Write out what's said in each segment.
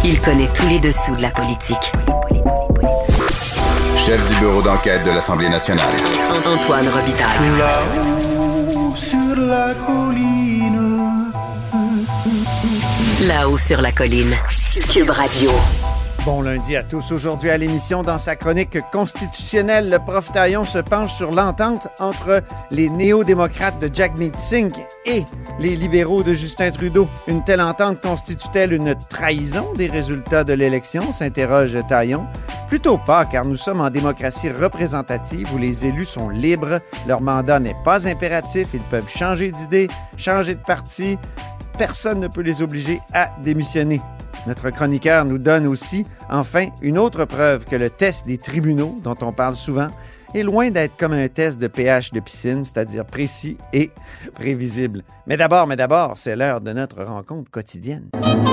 Il connaît tous les dessous de la politique. Chef du bureau d'enquête de l'Assemblée nationale. Antoine Robitaille. Là-haut sur la colline. Là-haut sur la colline. Cube Radio. Bon lundi à tous. Aujourd'hui à l'émission, dans sa chronique constitutionnelle, le prof Taillon se penche sur l'entente entre les néo-démocrates de Jagmeet Singh et les libéraux de Justin Trudeau. Une telle entente constitue-t-elle une trahison des résultats de l'élection, s'interroge Taillon. Plutôt pas, car nous sommes en démocratie représentative où les élus sont libres, leur mandat n'est pas impératif, ils peuvent changer d'idée, changer de parti, personne ne peut les obliger à démissionner. Notre chroniqueur nous donne aussi, enfin, une autre preuve que le test des tribunaux, dont on parle souvent, est loin d'être comme un test de pH de piscine, c'est-à-dire précis et prévisible. Mais d'abord, c'est l'heure de notre rencontre quotidienne.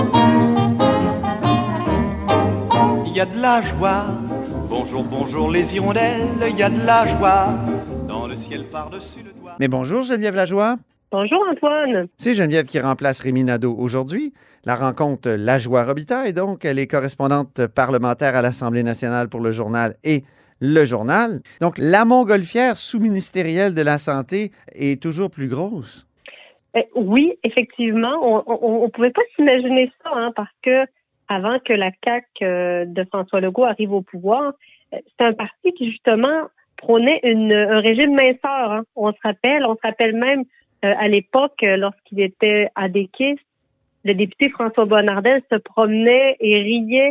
Il y a de la joie. Bonjour, bonjour les hirondelles. Il y a de la joie. Dans le ciel par-dessus le toit. Mais bonjour Geneviève Lajoie. Bonjour Antoine. C'est Geneviève qui remplace Rémi Nadeau aujourd'hui. La rencontre Lajoie Robitaille, donc, elle est correspondante parlementaire à l'Assemblée nationale pour le journal et le journal. Donc, la montgolfière sous-ministérielle de la Santé est toujours plus grosse. Oui, effectivement. On ne pouvait pas s'imaginer ça, parce que avant que la CAQ de François Legault arrive au pouvoir, c'est un parti qui, justement, prônait un régime minceur. On se rappelle même à l'époque, lorsqu'il était à Desquistes, le député François Bonnardel se promenait et riait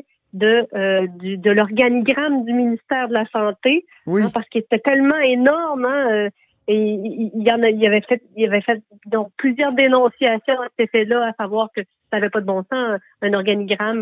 de l'organigramme du ministère de la Santé, oui. Parce qu'il était tellement énorme, et il avait fait donc plusieurs dénonciations à cet effet-là, à savoir que ça n'avait pas de bon sens, un organigramme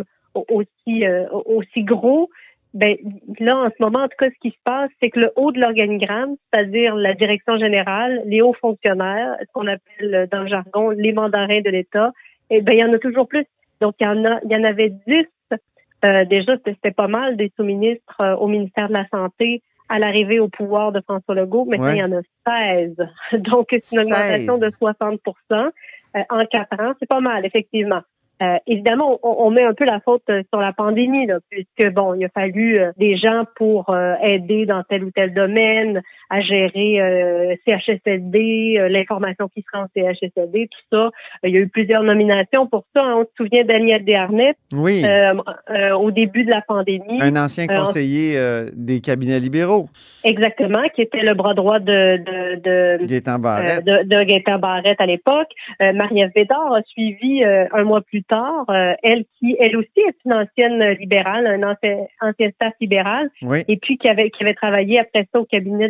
aussi gros. Ben là, en ce moment, en tout cas, ce qui se passe, c'est que le haut de l'organigramme, c'est-à-dire la direction générale, les hauts fonctionnaires, ce qu'on appelle dans le jargon les mandarins de l'État, il y en a toujours plus. Donc, il y en avait 10. Déjà, c'était pas mal des sous-ministres au ministère de la Santé à l'arrivée au pouvoir de François Legault. Maintenant, il y en a 16. Donc, c'est une augmentation de 60% en 4 ans. C'est pas mal, effectivement. Évidemment, on met un peu la faute sur la pandémie, là, puisque il a fallu des gens pour aider dans tel ou tel domaine, à gérer CHSLD, l'information qui sera en CHSLD, tout ça. Il y a eu plusieurs nominations pour ça. On se souvient Daniel Desharnais, oui. Au début de la pandémie. Un ancien conseiller des cabinets libéraux. Exactement, qui était le bras droit de Gaétan Barrette. De Gaétan Barrette à l'époque. Marie-Ève Bédard a suivi un mois plus tard, elle aussi est une ancienne libérale, un ancien staff libéral, oui. Et puis qui avait travaillé après ça au cabinet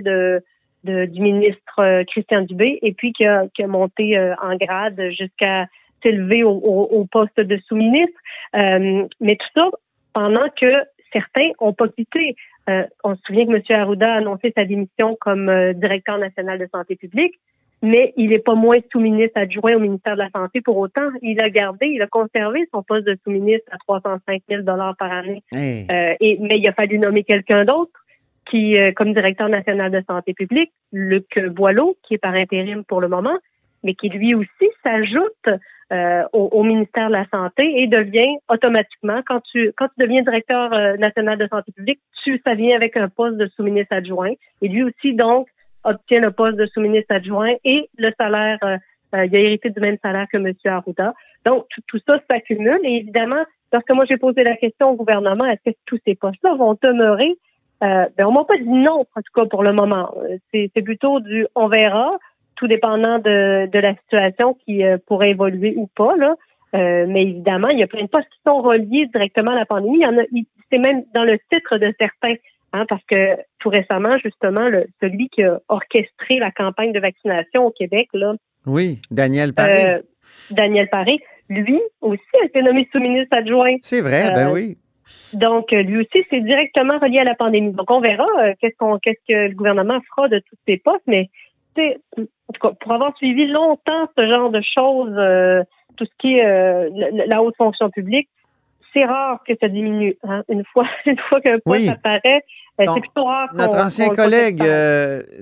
du ministre Christian Dubé, et puis qui a monté en grade jusqu'à s'élever au poste de sous-ministre. Mais tout ça pendant que certains ont pas quitté. On se souvient que M. Arruda a annoncé sa démission comme directeur national de santé publique. Mais il n'est pas moins sous-ministre adjoint au ministère de la Santé pour autant. Il a conservé son poste de sous-ministre à 305 000 $ par année. Hey. Mais il a fallu nommer quelqu'un d'autre qui, comme directeur national de santé publique, Luc Boileau, qui est par intérim pour le moment, mais qui lui aussi s'ajoute au ministère de la Santé et devient automatiquement, quand tu deviens directeur national de santé publique, ça vient avec un poste de sous-ministre adjoint. Et lui aussi, donc, obtient le poste de sous-ministre adjoint et le salaire, il a hérité du même salaire que M. Arruda. Donc, tout ça s'accumule. Et évidemment, lorsque moi j'ai posé la question au gouvernement, est-ce que tous ces postes-là vont demeurer? On m'a pas dit non, en tout cas pour le moment. C'est plutôt on verra, tout dépendant de la situation qui pourrait évoluer ou pas, là. Mais évidemment, il y a plein de postes qui sont reliés directement à la pandémie. C'est même dans le titre de certains. Parce que tout récemment, justement, celui qui a orchestré la campagne de vaccination au Québec, là. Oui, Daniel Paré. Daniel Paré, lui aussi a été nommé sous-ministre adjoint. C'est vrai, oui. Donc, lui aussi, c'est directement relié à la pandémie. Donc, on verra qu'est-ce que le gouvernement fera de tous ces postes, mais en tout cas, pour avoir suivi longtemps ce genre de choses, tout ce qui est la haute fonction publique, c'est rare que ça diminue. Une fois qu'un poste apparaît, c'est plutôt rare notre ancien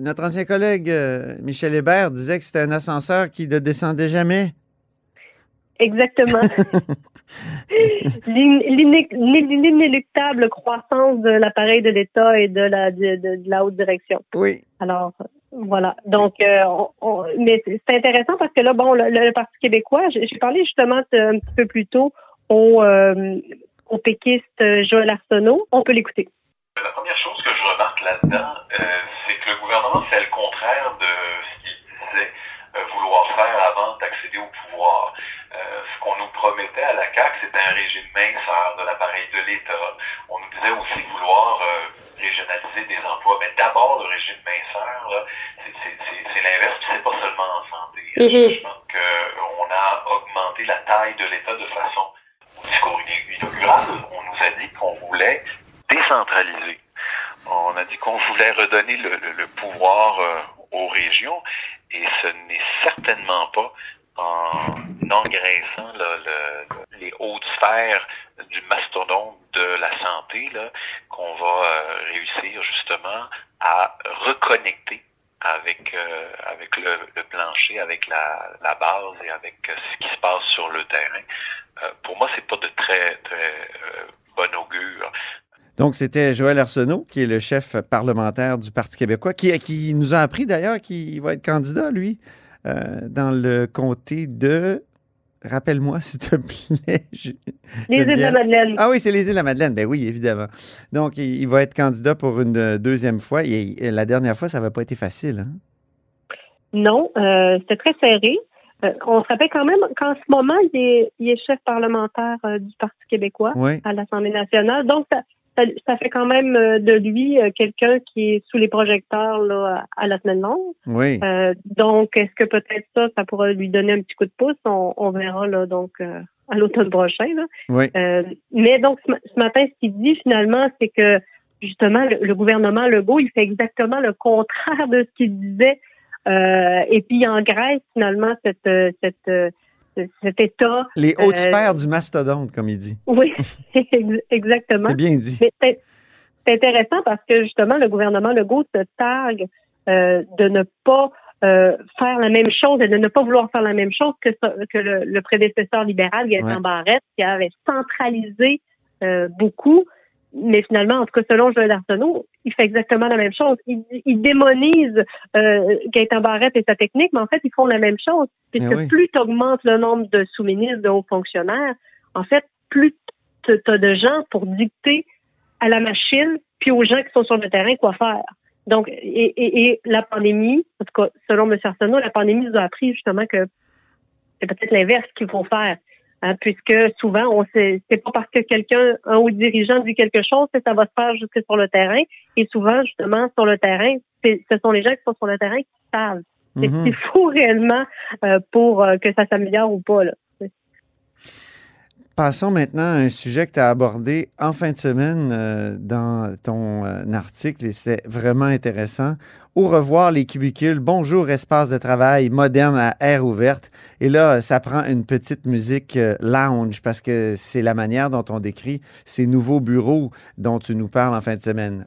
collègue Michel Hébert disait que c'était un ascenseur qui ne descendait jamais. Exactement. L'inéluctable croissance de l'appareil de l'État et de la haute direction. Oui. Alors, voilà. Donc, mais c'est intéressant parce que là, bon, le Parti québécois, j'ai parlé justement un petit peu plus tôt au péquiste Joël Arsenault. On peut l'écouter. La première chose que je remarque là-dedans, c'est que le gouvernement fait le contraire de ce qu'il disait vouloir faire avant d'accéder au pouvoir. Ce qu'on nous promettait à la CAQ, c'était un régime minceur de l'appareil de l'État. On nous disait aussi vouloir régionaliser des emplois, mais d'abord le régime minceur, là, c'est l'inverse, puis c'est pas seulement en santé. Je pense qu'on a augmenté la taille de l'État de façon, au discours inaugural, on nous a dit qu'on voulait décentraliser. On a dit qu'on voulait redonner le pouvoir aux régions, et ce n'est certainement pas en engraissant les hautes sphères du mastodonte de la santé là, qu'on va réussir justement à reconnecter avec le plancher, avec la base et avec ce qui se passe sur le terrain. Pour moi, c'est pas de très bon augure. Donc, c'était Joël Arsenault, qui est le chef parlementaire du Parti québécois, qui nous a appris d'ailleurs qu'il va être candidat, lui, dans le comté de... Rappelle-moi, s'il te plaît. Les îles de la Madeleine. Ah oui, c'est les îles de la Madeleine. Ben oui, évidemment. Donc, il va être candidat pour une deuxième fois. Et la dernière fois, ça n'avait pas été facile. Hein? Non, c'était très serré. On se rappelle quand même qu'en ce moment, il est chef parlementaire du Parti québécois à l'Assemblée nationale. Donc, ça fait quand même de lui quelqu'un qui est sous les projecteurs là, à la semaine longue. Oui. Donc, est-ce que peut-être ça pourrait lui donner un petit coup de pouce? On verra là donc à l'automne prochain. Là. Oui. Mais donc, ce matin, ce qu'il dit finalement, c'est que justement, le gouvernement Legault, il fait exactement le contraire de ce qu'il disait. Et puis, il engraisse finalement cet état. Les hautes sphères du mastodonte, comme il dit. Oui, exactement. C'est bien dit. Mais c'est intéressant parce que justement, le gouvernement Legault se targue de ne pas faire la même chose et de ne pas vouloir faire la même chose que le prédécesseur libéral, Gaétan Barrette, qui avait centralisé beaucoup. Mais finalement, en tout cas, selon Joël Arsenault, il fait exactement la même chose. Il démonise Gaétan Barrette et sa technique, mais en fait, ils font la même chose. Puisque plus tu augmentes le nombre de sous-ministres, de hauts fonctionnaires, en fait, plus tu as de gens pour dicter à la machine puis aux gens qui sont sur le terrain quoi faire. Donc, et la pandémie, en tout cas, selon M. Arsenault, la pandémie nous a appris justement que c'est peut-être l'inverse qu'il faut faire. Hein, puisque souvent, c'est pas parce que un haut dirigeant dit quelque chose que ça va se faire jusque sur le terrain. Et souvent, justement, sur le terrain, ce sont les gens qui sont sur le terrain qui savent. C'est ce qu'il faut réellement pour que ça s'améliore ou pas. Là. Passons maintenant à un sujet que tu as abordé en fin de semaine dans ton article, et c'était vraiment intéressant. Au revoir les cubicules, bonjour espace de travail moderne à air ouverte. Et là, ça prend une petite musique lounge parce que c'est la manière dont on décrit ces nouveaux bureaux dont tu nous parles en fin de semaine.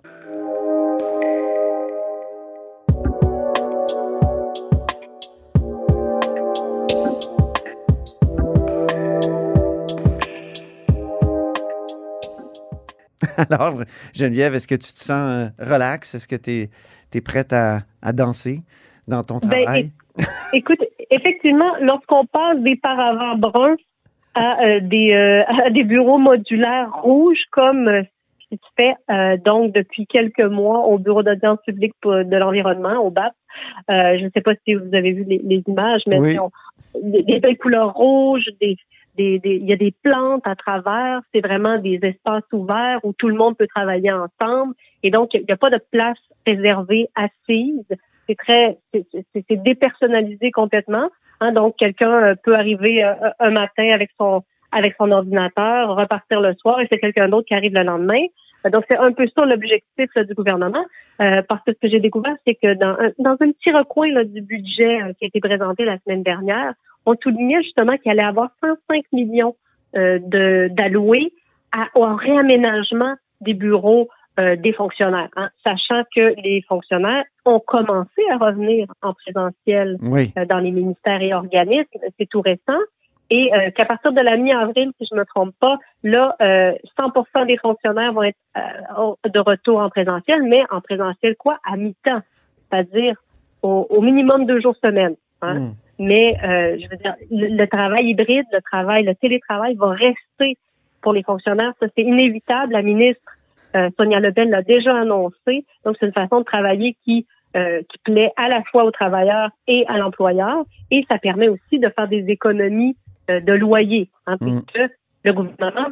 Alors, Geneviève, est-ce que tu te sens relax? Est-ce que tu es prête à danser dans ton travail? Écoute, effectivement, lorsqu'on passe des paravents bruns à des bureaux modulaires rouges, comme ce qui se fait donc depuis quelques mois au Bureau d'audience publique de l'environnement, au BAP. Je ne sais pas si vous avez vu les images, mais des belles couleurs rouges, il y a des plantes à travers, c'est vraiment des espaces ouverts où tout le monde peut travailler ensemble et donc il n'y a pas de place réservée assise. C'est dépersonnalisé complètement. Hein, donc quelqu'un peut arriver un matin avec son ordinateur, repartir le soir et c'est quelqu'un d'autre qui arrive le lendemain. Donc c'est un peu ça l'objectif du gouvernement, parce que ce que j'ai découvert, c'est que dans un petit recoin là, du budget qui a été présenté la semaine dernière, on soulignait justement qu'il allait avoir 105 millions d'alloués au réaménagement des bureaux des fonctionnaires, hein, sachant que les fonctionnaires ont commencé à revenir en présentiel dans les ministères et organismes. C'est tout récent. et qu'à partir de la mi-avril, si je ne me trompe pas, là, 100% des fonctionnaires vont être de retour en présentiel, mais en présentiel quoi? À mi-temps, c'est-à-dire au minimum 2 jours semaine. Hein? Mais je veux dire, le travail hybride, le télétravail va rester pour les fonctionnaires. Ça, c'est inévitable. La ministre Sonia Lebel l'a déjà annoncé. Donc, c'est une façon de travailler qui plaît à la fois aux travailleurs et à l'employeur. Et ça permet aussi de faire des économies de loyer, hein, puisque le gouvernement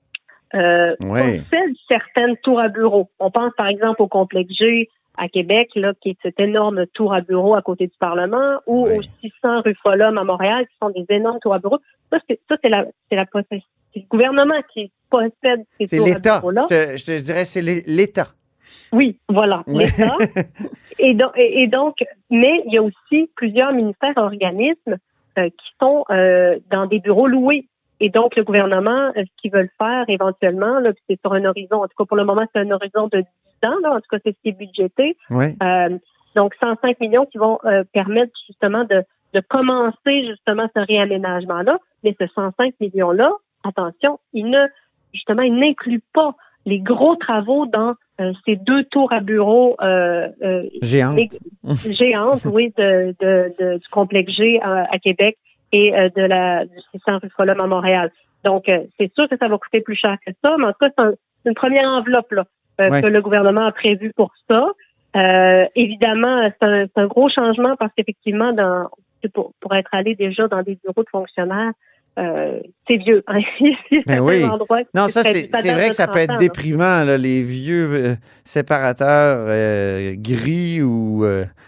possède certaines tours à bureaux. On pense par exemple au complexe G à Québec, là, qui est cette énorme tour à bureaux à côté du Parlement, ou au 600 rue Follum à Montréal, qui sont des énormes tours à bureaux. Ça, c'est le gouvernement qui possède ces tours à bureaux-là. Je te dirais, c'est l'État. Oui, voilà, l'État. et donc, mais il y a aussi plusieurs ministères et organismes qui sont dans des bureaux loués. Et donc, le gouvernement, ce qu'ils veulent faire éventuellement, là, c'est sur un horizon, en tout cas pour le moment, c'est un horizon de 10 ans, là, en tout cas, c'est ce qui est budgété. Oui. Donc, 105 millions qui vont permettre justement de commencer justement ce réaménagement-là. Mais ce 105 millions-là, attention, il n'inclut pas les gros travaux dans ces 2 tours à bureaux géantes, oui, du complexe G à Québec et du 600 rue Follum à Montréal. Donc, c'est sûr que ça va coûter plus cher que ça, mais en tout cas, c'est une première enveloppe là, que le gouvernement a prévue pour ça. Évidemment, c'est un gros changement parce qu'effectivement, pour être allé déjà dans des bureaux de fonctionnaires, c'est vieux. Hein? Ben oui. Non, ça, c'est vrai que ça peut être déprimant, là, les vieux séparateurs gris ou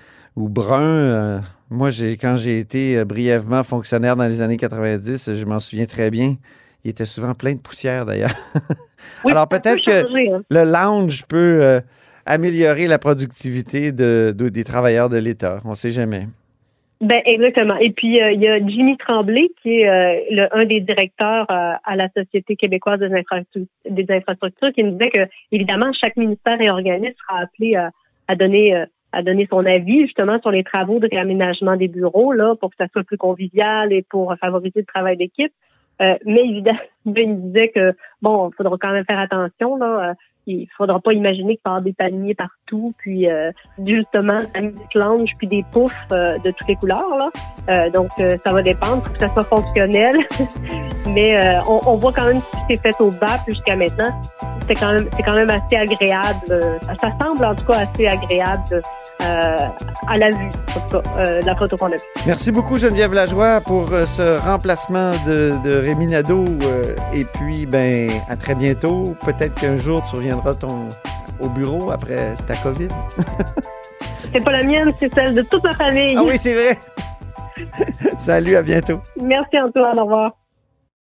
bruns. Moi, quand j'ai été brièvement fonctionnaire dans les années 90, je m'en souviens très bien. Il était souvent plein de poussière, d'ailleurs. Oui, alors, peut-être que le lounge peut améliorer la productivité des travailleurs de l'État. On ne sait jamais. Ben exactement. Et puis il y a Jimmy Tremblay qui est un des directeurs à la Société québécoise des infrastructures qui nous disait que évidemment chaque ministère et organisme sera appelé à donner son avis justement sur les travaux de réaménagement des bureaux là pour que ça soit plus convivial et pour favoriser le travail d'équipe. Mais évidemment, il disait que bon, il faudra quand même faire attention là. Il faudra pas imaginer qu'il va y avoir des palmiers partout, puis justement la musique lounge, puis des poufs de toutes les couleurs là. Donc ça va dépendre pour que ça soit fonctionnel. Mais on voit quand même ce qui s'est fait au BAP jusqu'à maintenant. C'est quand même assez agréable. Ça semble en tout cas assez agréable à la vue, en tout cas, la photo qu'on a vue. Merci beaucoup Geneviève Lajoie pour ce remplacement de Rémi Nadeau. Et puis, ben, à très bientôt. Peut-être qu'un jour, tu reviendras au bureau après ta COVID. C'est pas la mienne, c'est celle de toute ma famille. Ah oui, c'est vrai. Salut, à bientôt. Merci Antoine, au revoir.